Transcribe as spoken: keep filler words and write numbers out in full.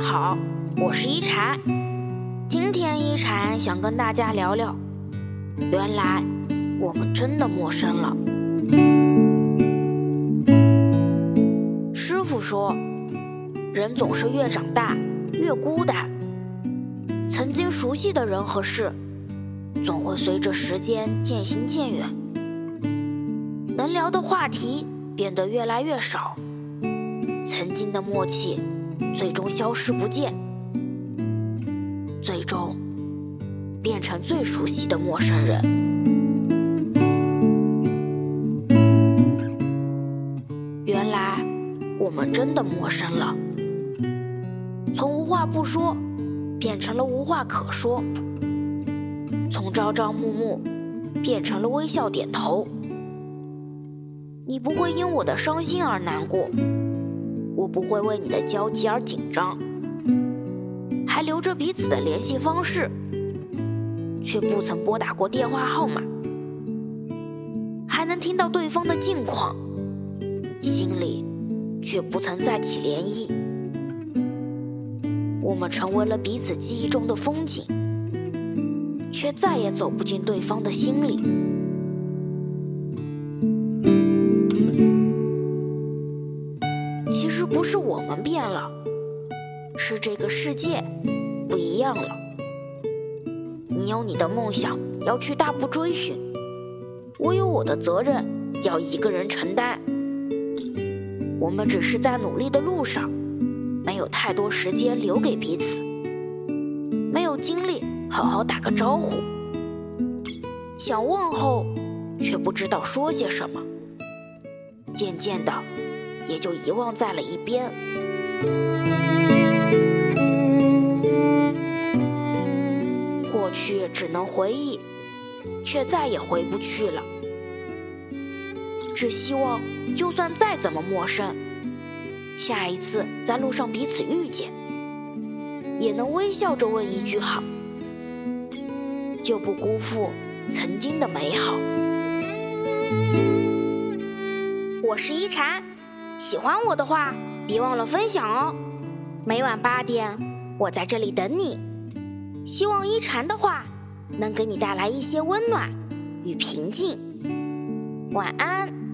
好，我是一禅。今天一禅想跟大家聊聊，原来我们真的陌生了。师父说，人总是越长大越孤单，曾经熟悉的人和事，总会随着时间渐行渐远，能聊的话题变得越来越少，曾经的默契最终消失不见，最终变成最熟悉的陌生人。原来我们真的陌生了，从无话不说变成了无话可说，从朝朝暮暮变成了微笑点头。你不会因我的伤心而难过，我不会为你的焦急而紧张，还留着彼此的联系方式，却不曾拨打过电话号码，还能听到对方的近况，心里却不曾再起涟漪。我们成为了彼此记忆中的风景，却再也走不进对方的心里。其实不是我们变了，是这个世界不一样了。你有你的梦想要去大步追寻，我有我的责任要一个人承担。我们只是在努力的路上，没有太多时间留给彼此，没有精力好好打个招呼，想问候却不知道说些什么，渐渐的也就遗忘在了一边。过去只能回忆，却再也回不去了。只希望就算再怎么陌生，下一次在路上彼此遇见，也能微笑着问一句好，就不辜负曾经的美好。我是一禅，喜欢我的话别忘了分享哦。每晚八点我在这里等你，希望一禅的话能给你带来一些温暖与平静。晚安。